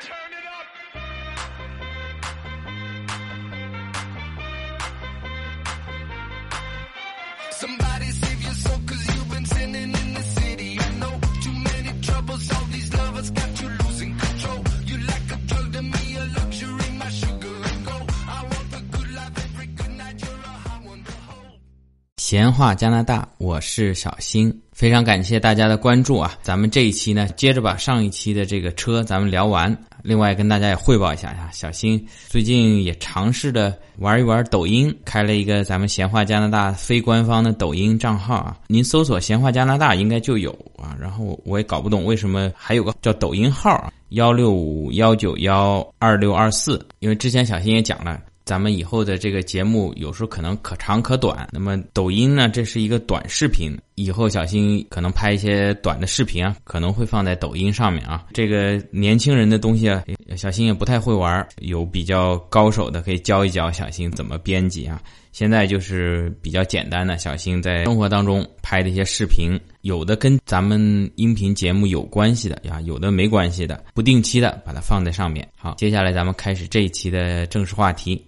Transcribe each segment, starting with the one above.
Somebody save your soul, 'cause you've been sinning in the city. I know too many troubles, all these lovers got you losing control. You like a drug to me, a luxury, my sugar and gold. I want the good life every good night, you're a hot one to hold. 闲话加拿大，我是小新，非常感谢大家的关注啊！咱们这一期呢，接着把上一期的这个车咱们聊完。另外跟大家也汇报一下呀，小新最近也尝试的玩一玩抖音，开了一个咱们闲话加拿大非官方的抖音账号啊，您搜索闲话加拿大应该就有啊。然后我也搞不懂为什么还有个叫抖音号啊，16519122624，因为之前小新也讲了。咱们以后的这个节目有时候可能可长可短，那么抖音呢，这是一个短视频，以后小新可能拍一些短的视频啊，可能会放在抖音上面啊。这个年轻人的东西啊，小新也不太会玩，有比较高手的可以教一教小新怎么编辑啊。现在就是比较简单的，小新在生活当中拍的一些视频，有的跟咱们音频节目有关系的呀，有的没关系的，不定期的把它放在上面。好，接下来咱们开始这一期的正式话题。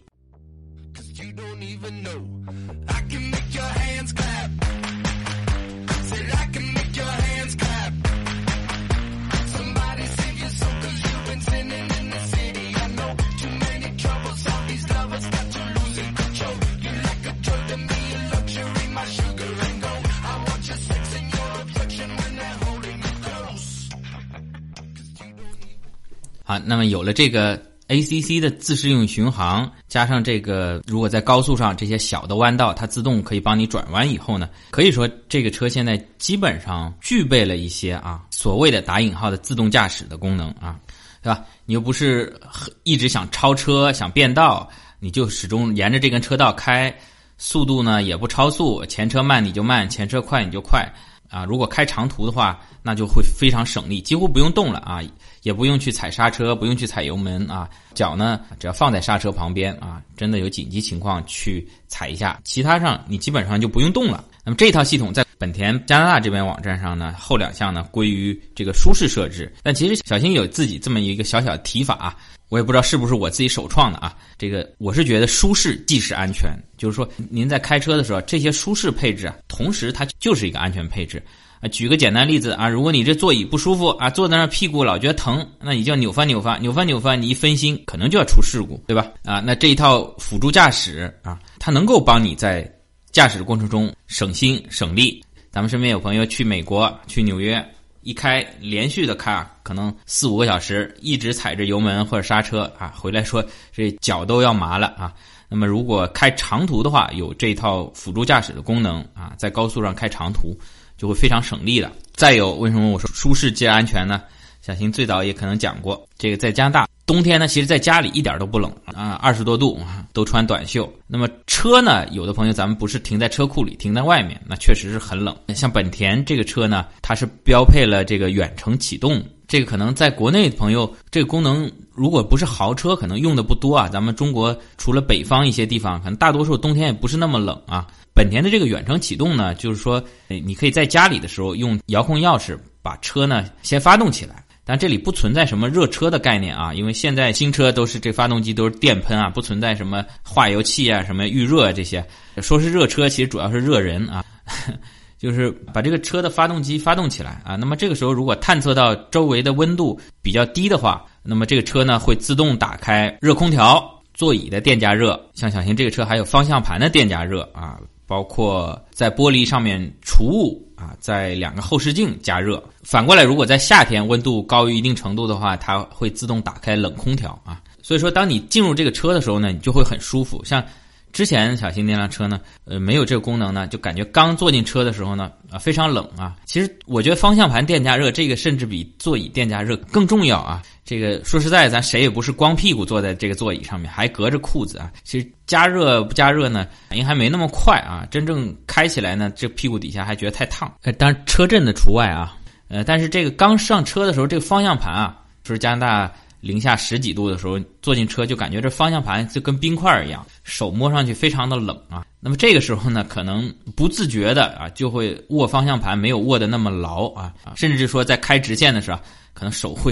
好，那么有了这个 ACC 的自适应巡航，加上这个如果在高速上这些小的弯道它自动可以帮你转弯以后呢，可以说这个车现在基本上具备了一些所谓的打引号的自动驾驶的功能啊，对吧？你又不是一直想超车想变道，你就始终沿着这根车道开，速度呢也不超速，前车慢你就慢，前车快你就快啊。如果开长途的话，那就会非常省力，几乎不用动了啊，也不用去踩刹车，不用去踩油门啊，脚呢只要放在刹车旁边啊，真的有紧急情况去踩一下，其他上你基本上就不用动了。那么这套系统在本田加拿大这边网站上呢，后两项呢归于这个舒适设置，但其实小新有自己这么一个小小的提法啊，我也不知道是不是我自己首创的啊。这个我是觉得舒适即是安全，就是说您在开车的时候，这些舒适配置啊，同时它就是一个安全配置。举个简单例子啊，如果你这座椅不舒服啊，坐在那屁股老觉得疼，那你就扭翻，你一分心可能就要出事故，对吧？啊，那这一套辅助驾驶啊，它能够帮你在驾驶的过程中省心省力。咱们身边有朋友去美国去纽约，一开连续的开可能4-5个小时，一直踩着油门或者刹车啊，回来说这脚都要麻了啊。那么如果开长途的话，有这套辅助驾驶的功能啊，在高速上开长途就会非常省力了。再有，为什么我说舒适即安全呢？小新最早也可能讲过，这个在加拿大冬天呢，其实在家里一点都不冷啊，20多度都穿短袖。那么车呢，有的朋友咱们不是停在车库里，停在外面，那确实是很冷。像本田这个车呢，它是标配了这个远程启动，这个可能在国内的朋友这个功能如果不是豪车可能用的不多啊，咱们中国除了北方一些地方，可能大多数冬天也不是那么冷啊。本田的这个远程启动呢，就是说你可以在家里的时候用遥控钥匙把车呢先发动起来，但这里不存在什么热车的概念啊，因为现在新车都是这发动机都是电喷啊，不存在什么化油器啊什么预热啊这些。说是热车其实主要是热人啊就是把这个车的发动机发动起来啊，那么这个时候如果探测到周围的温度比较低的话，那么这个车呢会自动打开热空调、座椅的电加热，像小型这个车还有方向盘的电加热啊，包括在玻璃上面除雾啊，在2个后视镜加热。反过来，如果在夏天温度高于一定程度的话，它会自动打开冷空调啊。所以说，当你进入这个车的时候呢，你就会很舒服。像之前小新那辆车呢，没有这个功能呢，就感觉刚坐进车的时候呢，非常冷啊。其实我觉得方向盘电加热这个甚至比座椅电加热更重要啊。这个说实在，咱谁也不是光屁股坐在这个座椅上面，还隔着裤子啊。其实加热不加热呢，反应还没那么快啊。真正开起来呢，这屁股底下还觉得太烫。当然车震的除外啊。但是这个刚上车的时候，这个方向盘啊，就是加拿大零下10几度的时候，坐进车就感觉这方向盘就跟冰块一样，手摸上去非常的冷啊。那么这个时候呢，可能不自觉的啊，就会握方向盘没有握得那么牢啊，甚至说在开直线的时候，可能手会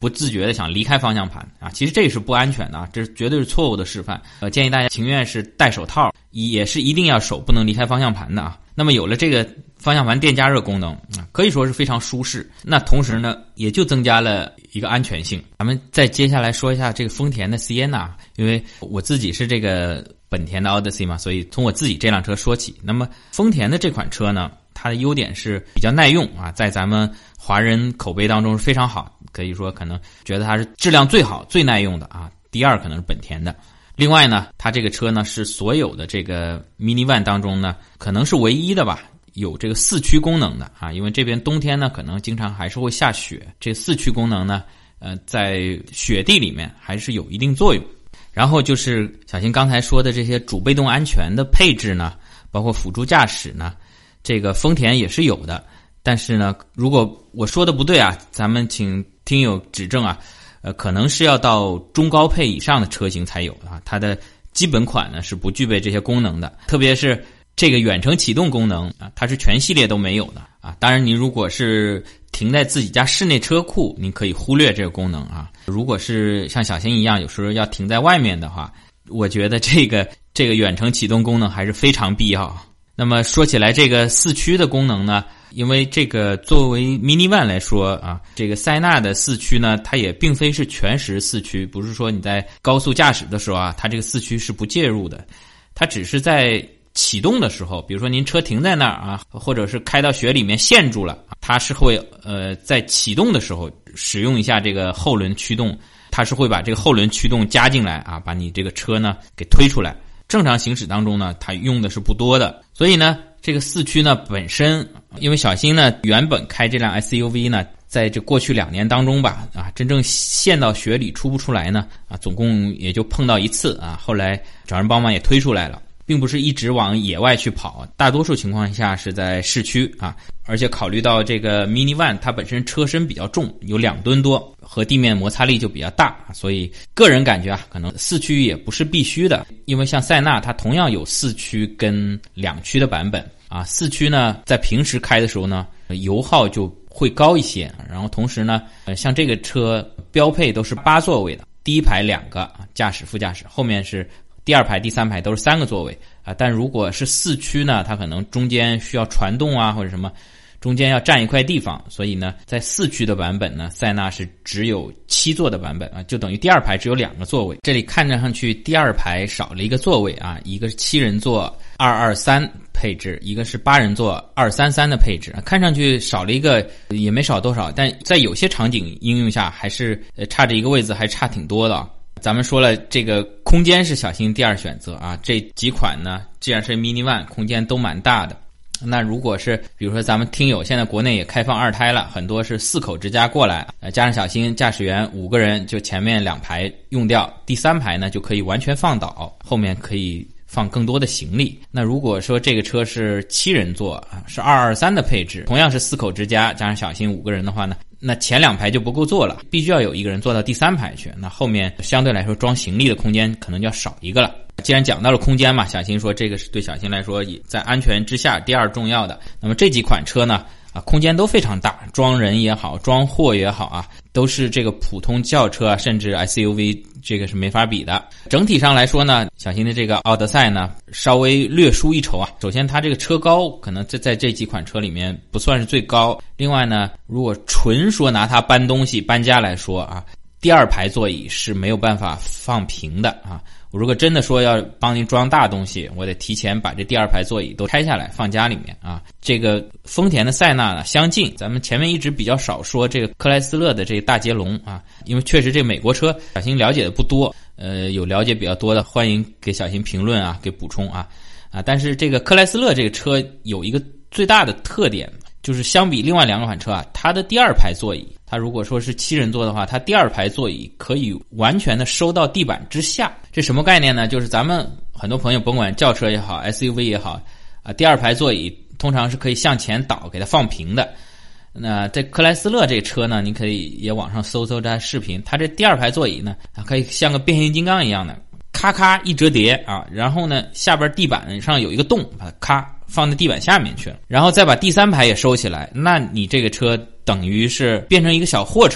不自觉的想离开方向盘啊，其实这是不安全的啊，这绝对是错误的示范。建议大家情愿是戴手套，也是一定要手不能离开方向盘的啊。那么有了这个方向盘电加热功能可以说是非常舒适，那同时呢也就增加了一个安全性。咱们再接下来说一下这个丰田的 Sienna， 因为我自己是这个本田的 Odyssey 嘛，所以从我自己这辆车说起。那么丰田的这款车呢，它的优点是比较耐用啊，在咱们华人口碑当中是非常好，可以说可能觉得它是质量最好最耐用的啊，第二可能是本田的。另外呢，它这个车呢是所有的这个 minivan 当中呢可能是唯一的吧，有这个四驱功能的啊，因为这边冬天呢可能经常还是会下雪，这四驱功能呢在雪地里面还是有一定作用。然后就是小新刚才说的这些主被动安全的配置呢，包括辅助驾驶呢，这个丰田也是有的。但是呢，如果我说的不对啊，咱们请听友指正啊。可能是要到中高配以上的车型才有啊，它的基本款呢是不具备这些功能的，特别是这个远程启动功能啊，它是全系列都没有的啊。当然，你如果是停在自己家室内车库，你可以忽略这个功能啊。如果是像小新一样，有时候要停在外面的话，我觉得这个远程启动功能还是非常必要。那么说起来，这个四驱的功能呢？因为这个作为 minivan 来说啊，这个塞纳的四驱呢，它也并非是全时四驱，不是说你在高速驾驶的时候啊，它这个四驱是不介入的，它只是在启动的时候，比如说您车停在那儿啊，或者是开到雪里面陷住了，它是会在启动的时候使用一下这个后轮驱动，它是会把这个后轮驱动加进来啊，把你这个车呢给推出来。正常行驶当中呢，它用的是不多的，所以呢，这个四驱呢本身，因为小新呢原本开这辆 SUV 呢，在这过去2年当中吧，啊，真正陷到雪里出不出来呢，啊，总共也就碰到一次啊，后来找人帮忙也推出来了，并不是一直往野外去跑，大多数情况下是在市区啊，而且考虑到这个 minivan 它本身车身比较重，有2吨多，和地面摩擦力就比较大，所以个人感觉啊，可能四驱也不是必须的，因为像塞纳它同样有4驱跟2驱的版本啊，4驱呢在平时开的时候呢，油耗就会高一些，然后同时呢，像这个车标配都是8座位的，第一排2个驾驶副驾驶，后面是第2排第3排都是3个座位啊，但如果是4驱呢，它可能中间需要传动啊或者什么，中间要占一块地方，所以呢，在4驱的版本呢，塞纳是只有7座的版本啊，就等于第2排只有2个座位。这里看着上去第2排少了一个座位啊，一个是7人座223配置，一个是8人座233的配置，看上去少了一个也没少多少，但在有些场景应用下还是差着一个位子，还差挺多的啊。咱们说了，这个空间是小新第2选择啊，这几款呢，既然是 minivan， 空间都蛮大的。那如果是比如说咱们听友现在国内也开放2胎了，很多是4口之家过来，加上小新驾驶员5个人，就前面2排用掉，第3排呢就可以完全放倒，后面可以放更多的行李。那如果说这个车是7人座，是223的配置，同样是4口之家，加上小新5个人的话呢，那前2排就不够坐了，必须要有一个人坐到第3排去，那后面相对来说装行李的空间可能就要少一个了。既然讲到了空间嘛，小新说这个是对小新来说也在安全之下第2重要的。那么这几款车呢，空间都非常大，装人也好，装货也好啊，都是这个普通轿车啊，甚至 SUV 这个是没法比的。整体上来说呢，小新的这个奥德赛呢稍微略输一筹啊。首先它这个车高可能在这几款车里面不算是最高，另外呢，如果纯说拿它搬东西搬家来说啊，第2排座椅是没有办法放平的啊。我如果真的说要帮您装大东西，我得提前把这第2排座椅都拆下来放家里面啊。这个丰田的塞纳呢相近，咱们前面一直比较少说这个克莱斯勒的这个大捷龙啊，因为确实这美国车小新了解的不多，有了解比较多的欢迎给小新评论啊，给补充啊。但是这个克莱斯勒这个车有一个最大的特点，就是相比另外2款车啊，它的第2排座椅，它如果说是7人座的话，它第2排座椅可以完全的收到地板之下。这什么概念呢？就是咱们很多朋友甭管轿车也好 SUV 也好啊，第2排座椅通常是可以向前倒给它放平的。那这克莱斯勒这车呢，你可以也网上搜搜它视频，它这第2排座椅呢可以像个变形金刚一样的咔咔一折叠啊，然后呢下边地板上有一个洞，把它咔放在地板下面去了，然后再把第3排也收起来，那你这个车等于是变成一个小货车了。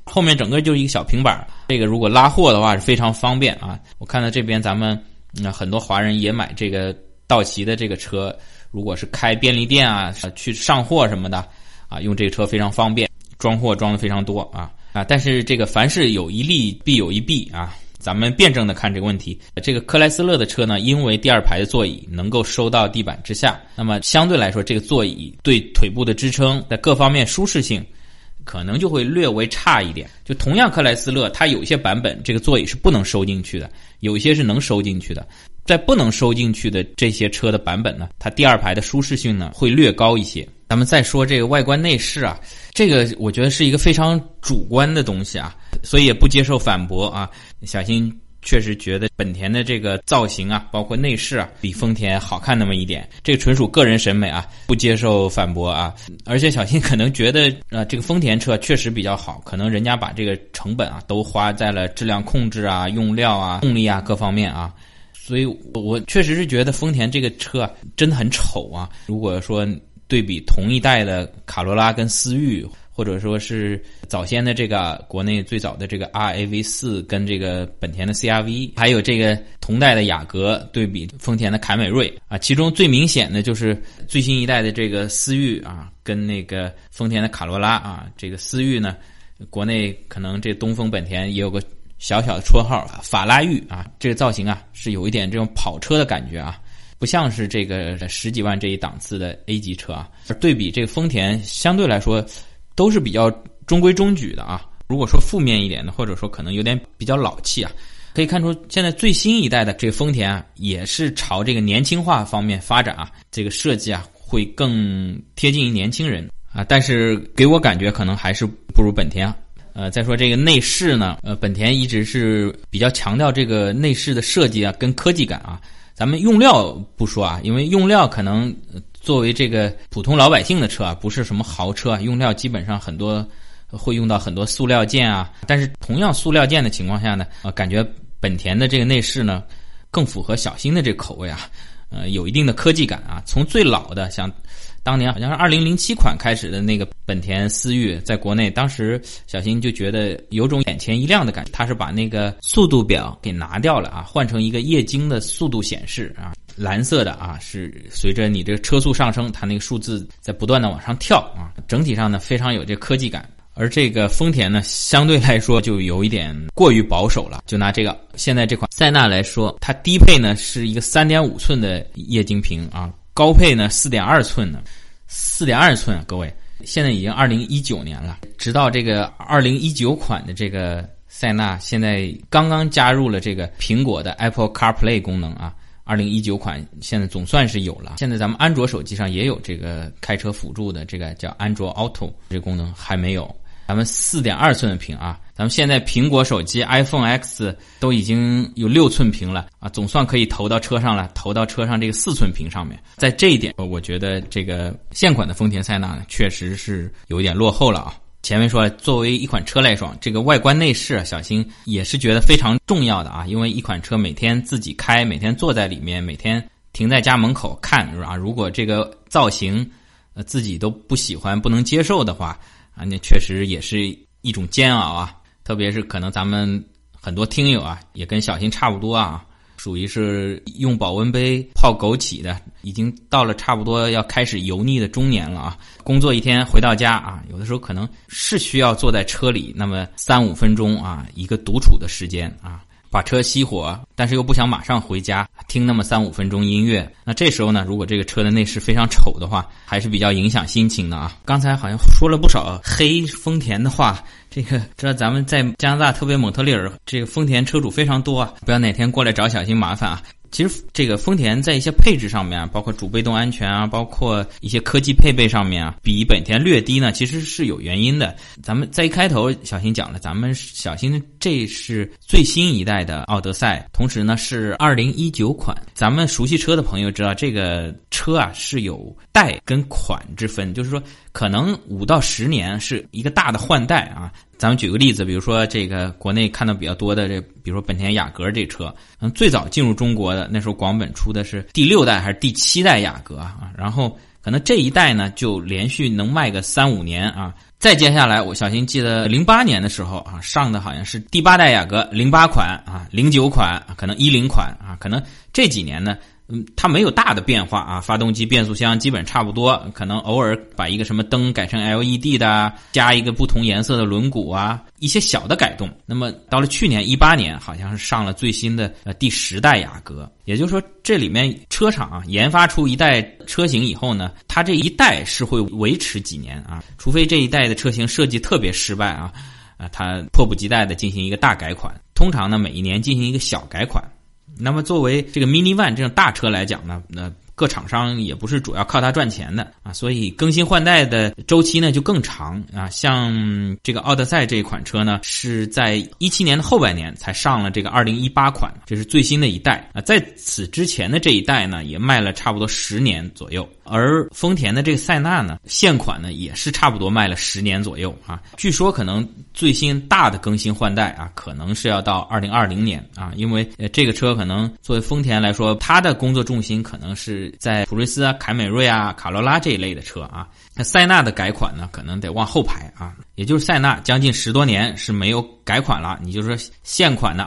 后面整个就是一个小平板，这个如果拉货的话是非常方便啊。我看到这边咱们很多华人也买这个道奇的这个车，如果是开便利店啊，去上货什么的啊，用这个车非常方便，装货装的非常多啊。但是这个凡事有一利必有一弊啊。咱们辩证的看这个问题，这个克莱斯勒的车呢，因为第二排的座椅能够收到地板之下，那么相对来说这个座椅对腿部的支撑在各方面舒适性可能就会略微差一点。就同样克莱斯勒它有一些版本这个座椅是不能收进去的，有一些是能收进去的，在不能收进去的这些车的版本呢，它第二排的舒适性呢会略高一些。咱们再说这个外观内饰啊，这个我觉得是一个非常主观的东西啊，所以也不接受反驳啊。小新确实觉得本田的这个造型啊，包括内饰啊，比丰田好看那么一点，这个纯属个人审美啊，不接受反驳啊。而且小新可能觉得这个丰田车确实比较好，可能人家把这个成本啊都花在了质量控制啊、用料啊、动力啊各方面啊。所以我确实是觉得丰田这个车啊真的很丑啊。如果说对比同一代的卡罗拉跟思域，或者说是早先的这个国内最早的这个 RAV4 跟这个本田的 CR-V， 还有这个同代的雅阁对比丰田的凯美瑞啊，其中最明显的就是最新一代的这个思域啊，跟那个丰田的卡罗拉啊。这个思域呢，国内可能这东风本田也有个小小的绰号法拉域啊，这个造型啊是有一点这种跑车的感觉啊，不像是这个十几万这一档次的 A 级车啊。而对比这个丰田相对来说都是比较中规中矩的啊。如果说负面一点的，或者说可能有点比较老气啊，可以看出现在最新一代的这个丰田啊，也是朝这个年轻化方面发展啊，这个设计啊会更贴近于年轻人啊，但是给我感觉可能还是不如本田啊。再说这个内饰呢，本田一直是比较强调这个内饰的设计啊跟科技感啊。咱们用料不说啊，因为用料可能作为这个普通老百姓的车啊，不是什么豪车啊，用料基本上很多会用到很多塑料件啊。但是同样塑料件的情况下呢，感觉本田的这个内饰呢更符合小新的这个口味啊，有一定的科技感啊。从最老的像当年好像是2007款开始的那个本田思域，在国内当时小新就觉得有种眼前一亮的感觉，他是把那个速度表给拿掉了啊，换成一个液晶的速度显示啊，蓝色的啊，是随着你这个车速上升，它那个数字在不断的往上跳啊，整体上呢非常有这科技感。而这个丰田呢相对来说就有一点过于保守了，就拿这个现在这款塞纳来说，它低配呢是一个 3.5 寸的液晶屏啊，高配呢 4.2 寸呢，4.2 寸啊，各位，现在已经2019年了，直到这个2019款的这个塞纳现在刚刚加入了这个苹果的 Apple CarPlay 功能啊，2019款现在总算是有了。现在咱们安卓手机上也有这个开车辅助的这个叫安卓 Auto 这个功能还没有。咱们 4.2 寸的屏啊，咱们现在苹果手机 iPhone X 都已经有6寸屏了啊，总算可以投到车上了，投到车上这个4寸屏上面。在这一点我觉得这个现款的丰田塞纳呢确实是有点落后了啊。前面说作为一款车来说，这个外观内饰小新也是觉得非常重要的啊，因为一款车每天自己开，每天坐在里面，每天停在家门口看啊，如果这个造型自己都不喜欢不能接受的话啊，那确实也是一种煎熬啊。特别是可能咱们很多听友啊也跟小新差不多啊，属于是用保温杯泡枸杞的，已经到了差不多要开始油腻的中年了啊。工作一天回到家啊，有的时候可能是需要坐在车里那么3-5分钟啊，一个独处的时间啊，把车熄火，但是又不想马上回家听那么3-5分钟音乐。那这时候呢，如果这个车的内饰非常丑的话，还是比较影响心情的啊。刚才好像说了不少黑丰田的话，这个知道咱们在加拿大特别蒙特利尔这个丰田车主非常多啊，不要哪天过来找小新麻烦啊。其实这个丰田在一些配置上面啊，包括主被动安全啊，包括一些科技配备上面啊，比本田略低呢，其实是有原因的。咱们在一开头小新讲了，咱们小新这是最新一代的奥德赛，同时呢是2019款。咱们熟悉车的朋友知道，这个车啊是有代跟款之分，就是说可能5到10年是一个大的换代啊。咱们举个例子，比如说这个国内看到比较多的这，比如说本田雅阁这车，最早进入中国的那时候广本出的是第6代还是第7代雅阁啊，然后可可能这一代呢就连续能卖个3-5年啊。再接下来，我小新记得08年的时候啊，上的好像是第8代雅阁08款啊、09款，可能10款啊，可能这几年呢。它没有大的变化啊，发动机、变速箱基本差不多，可能偶尔把一个什么灯改成 LED 的啊，加一个不同颜色的轮毂啊，一些小的改动。那么到了去年18年，好像是上了最新的第10代雅阁，也就是说这里面车厂啊研发出一代车型以后呢，它这一代是会维持几年啊，除非这一代的车型设计特别失败啊，它迫不及待的进行一个大改款，通常呢每一年进行一个小改款。那么作为这个 Mini Van 这种大车来讲呢，各厂商也不是主要靠它赚钱的啊，所以更新换代的周期呢就更长啊。像这个奥德赛这一款车呢，是在17年的后半年才上了这个2018款，这是最新的一代啊。在此之前的这一代呢，也卖了差不多10年左右。而丰田的这个塞纳呢，现款呢也是差不多卖了10年左右啊。据说可能最新大的更新换代啊，可能是要到2020年啊，因为这个车可能作为丰田来说，它的工作重心可能是在普锐斯啊、凯美瑞啊、卡罗拉这一类的车啊。那塞纳的改款呢，可能得往后排啊，也就是塞纳将近10多年是没有改款了。你就说现款的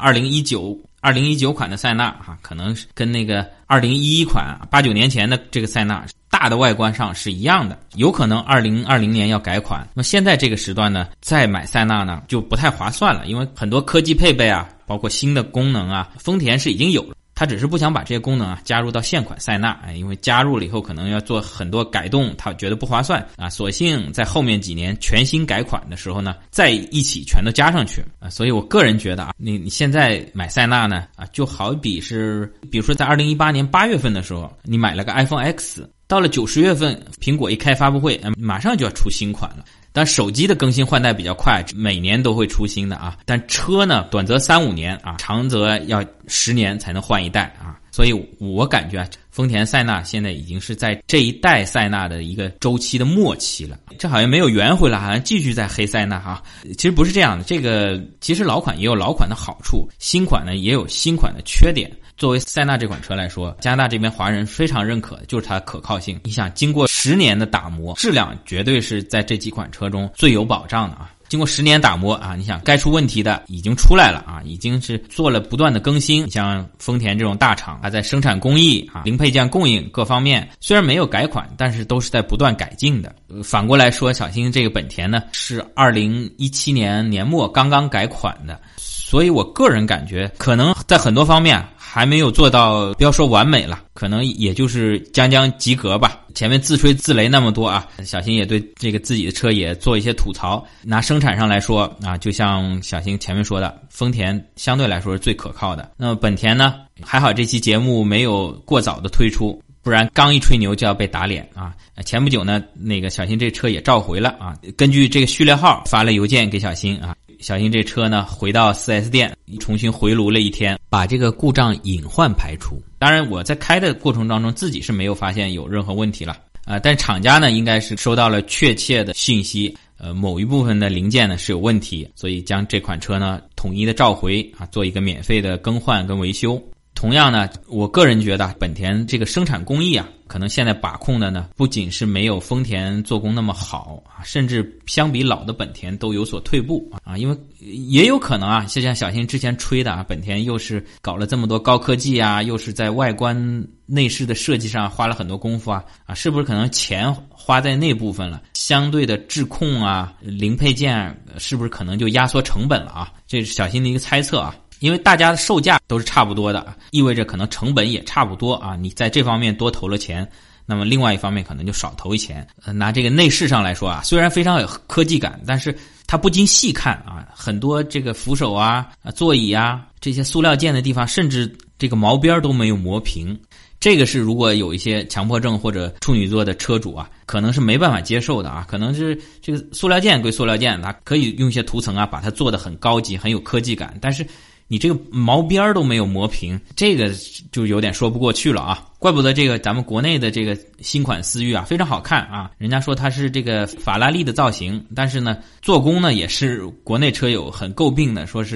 2019款的塞纳啊，可能跟那个2011款8-9年前的这个塞纳大的外观上是一样的，有可能2020年要改款。那么现在这个时段呢，再买塞纳呢就不太划算了，因为很多科技配备啊，包括新的功能啊，丰田是已经有了。他只是不想把这些功能啊加入到现款塞纳，因为加入了以后可能要做很多改动，他觉得不划算啊，索性在后面几年全新改款的时候呢，再一起全都加上去啊。所以我个人觉得啊，你现在买塞纳呢啊，就好比如说在2018年8月份的时候，你买了个 iPhone X， 到了9、10月份，苹果一开发布会，马上就要出新款了。但手机的更新换代比较快，每年都会出新的啊。但车呢，短则3-5年啊，长则要10年才能换一代啊。所以我感觉啊，丰田塞纳现在已经是在这一代塞纳的一个周期的末期了。这好像没有圆回来，好像继续在黑塞纳哈。其实不是这样的，这个其实老款也有老款的好处，新款呢也有新款的缺点。作为塞纳这款车来说，加拿大这边华人非常认可的就是它的可靠性。你想，经过10年的打磨，质量绝对是在这几款车中最有保障的啊。经过10年打磨啊，你想该出问题的已经出来了啊，已经是做了不断的更新。你像丰田这种大厂，它在生产工艺啊、零配件供应各方面虽然没有改款，但是都是在不断改进的。反过来说，小新这个本田呢是2017年年末刚刚改款的，所以我个人感觉可能在很多方面还没有做到，不要说完美了，可能也就是将及格吧。前面自吹自擂那么多啊，小新也对这个自己的车也做一些吐槽。拿生产上来说啊，就像小新前面说的，丰田相对来说是最可靠的。那么本田呢，还好这期节目没有过早的推出，不然刚一吹牛就要被打脸啊。前不久呢，那个小新这车也召回了啊，根据这个序列号发了邮件给小新啊。小新这车呢回到 4S 店重新回炉了一天，把这个故障隐患排除。当然我在开的过程当中自己是没有发现有任何问题了但厂家呢应该是收到了确切的信息，某一部分的零件呢是有问题，所以将这款车呢统一的召回啊，做一个免费的更换跟维修。同样呢，我个人觉得本田这个生产工艺啊，可能现在把控的呢，不仅是没有丰田做工那么好啊，甚至相比老的本田都有所退步啊。因为也有可能啊，就像小新之前吹的啊，本田又是搞了这么多高科技啊，又是在外观内饰的设计上花了很多功夫啊，是不是可能钱花在那部分了，相对的质控啊、零配件是不是可能就压缩成本了啊？这是小新的一个猜测啊。因为大家的售价都是差不多的，意味着可能成本也差不多啊。你在这方面多投了钱，那么另外一方面可能就少投一钱。拿这个内饰上来说啊，虽然非常有科技感，但是它不经细看啊，很多这个扶手啊、座椅啊这些塑料件的地方，甚至这个毛边都没有磨平。这个是如果有一些强迫症或者处女座的车主啊，可能是没办法接受的啊。可能是这个塑料件归塑料件，它可以用一些涂层啊把它做得很高级、很有科技感，但是你这个毛边都没有磨平，这个就有点说不过去了啊！怪不得这个咱们国内的这个新款思域啊非常好看啊，人家说它是这个法拉利的造型，但是呢做工呢也是国内车友很诟病的，说是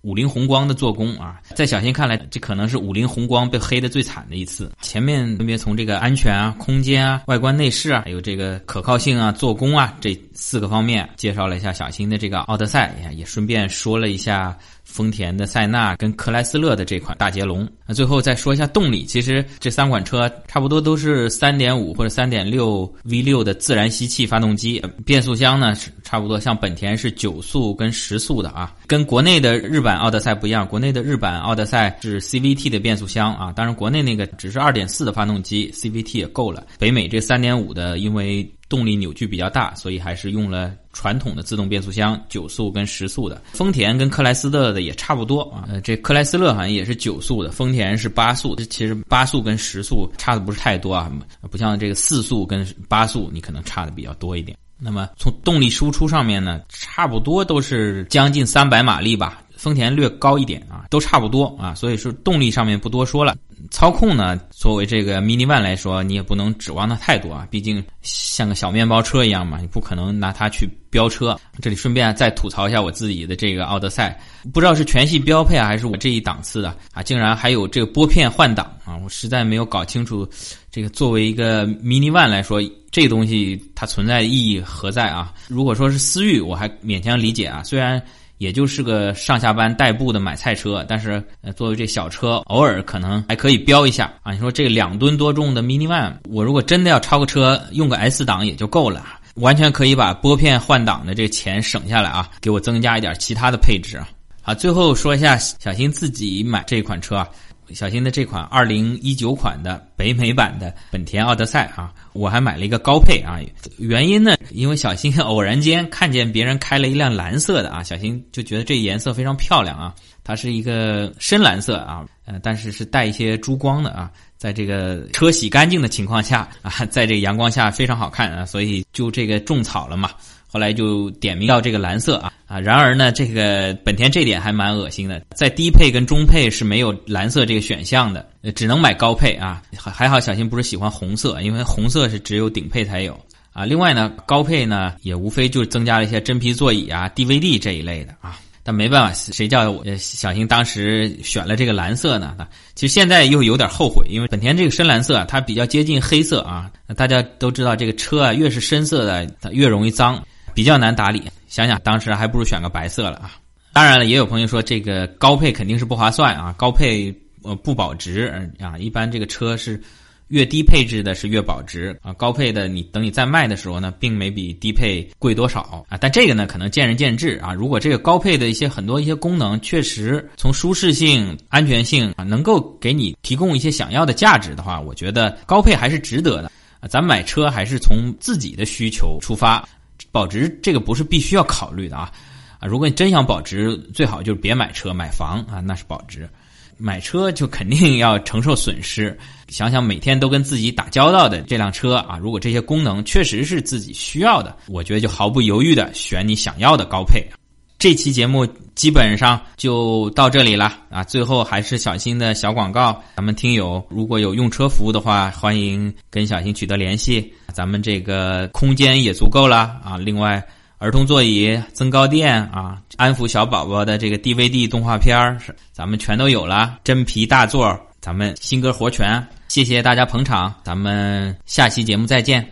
五菱宏光的做工啊，在小新看来，这可能是五菱宏光被黑的最惨的一次。前面分别从这个安全啊、空间啊、外观内饰啊，还有这个可靠性啊、做工啊这4个方面介绍了一下小新的这个奥德赛，也顺便说了一下丰田的塞纳跟克莱斯勒的这款大捷龙。最后再说一下动力，其实这3款车差不多都是 3.5 或者 3.6 V6 的自然吸气发动机，变速箱呢是差不多像本田是9速跟10速的啊，跟国内的日版奥德赛不一样，国内的日版奥德赛是 CVT 的变速箱啊，当然国内那个只是 2.4 的发动机 CVT 也够了，北美这 3.5 的因为动力扭矩比较大，所以还是用了传统的自动变速箱9速跟10速的。丰田跟克莱斯勒的也差不多啊，这克莱斯勒好像也是9速的，丰田是8速的，其实8速跟10速差的不是太多啊，不像这个4速跟8速你可能差的比较多一点。那么从动力输出上面呢，差不多都是将近300马力吧，丰田略高一点啊，都差不多啊，所以说动力上面不多说了。操控呢，作为这个 Mini Van 来说，你也不能指望它太多啊，毕竟像个小面包车一样嘛，你不可能拿它去飙车。这里顺便再吐槽一下我自己的这个奥德赛，不知道是全系标配啊，还是我这一档次的啊，竟然还有这个拨片换挡啊，我实在没有搞清楚这个作为一个 Mini Van 来说，这个东西它存在的意义何在啊？如果说是思域，我还勉强理解啊，虽然也就是个上下班代步的买菜车，但是作为这小车偶尔可能还可以飙一下啊。你说这个2吨多重的 Mini Van， 我如果真的要超个车，用个 S 档也就够了，完全可以把拨片换挡的这个钱省下来啊，给我增加一点其他的配置啊。好，最后说一下小新自己买这款车啊。小新的这款2019款的北美版的本田奥德赛啊，我还买了一个高配啊。原因呢，因为小新偶然间看见别人开了一辆蓝色的啊，小新就觉得这颜色非常漂亮啊。它是一个深蓝色啊，但是是带一些珠光的啊，在这个车洗干净的情况下啊，在这个阳光下非常好看啊，所以就这个种草了嘛。后来就点名到这个蓝色啊，然而呢，这个本田这点还蛮恶心的，在低配跟中配是没有蓝色这个选项的，只能买高配啊。还好小新不是喜欢红色，因为红色是只有顶配才有啊。另外呢，高配呢也无非就增加了一些真皮座椅啊、DVD 这一类的啊。但没办法，谁叫我小新当时选了这个蓝色呢？其实现在又有点后悔，因为本田这个深蓝色啊，它比较接近黑色啊。大家都知道这个车啊，越是深色的它越容易脏，比较难打理，想想当时还不如选个白色了啊。当然了，也有朋友说这个高配肯定是不划算啊，高配不保值啊，一般这个车是越低配置的是越保值啊，高配的你等你再卖的时候呢，并没比低配贵多少啊。但这个呢可能见仁见智啊，如果这个高配的很多功能确实从舒适性、安全性啊能够给你提供一些想要的价值的话，我觉得高配还是值得的啊。咱买车还是从自己的需求出发，保值这个不是必须要考虑的啊。如果你真想保值，最好就是别买车，买房啊，那是保值。买车就肯定要承受损失，想想每天都跟自己打交道的这辆车啊，如果这些功能确实是自己需要的，我觉得就毫不犹豫的选你想要的高配。这期节目基本上就到这里了啊，最后还是小新的小广告，咱们听友如果有用车服务的话，欢迎跟小新取得联系，咱们这个空间也足够了啊。另外儿童座椅、增高垫啊，安抚小宝宝的这个 DVD 动画片咱们全都有了，真皮大座，咱们新歌活全。谢谢大家捧场，咱们下期节目再见。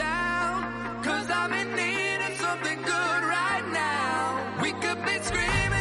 Something good right now. We could be screaming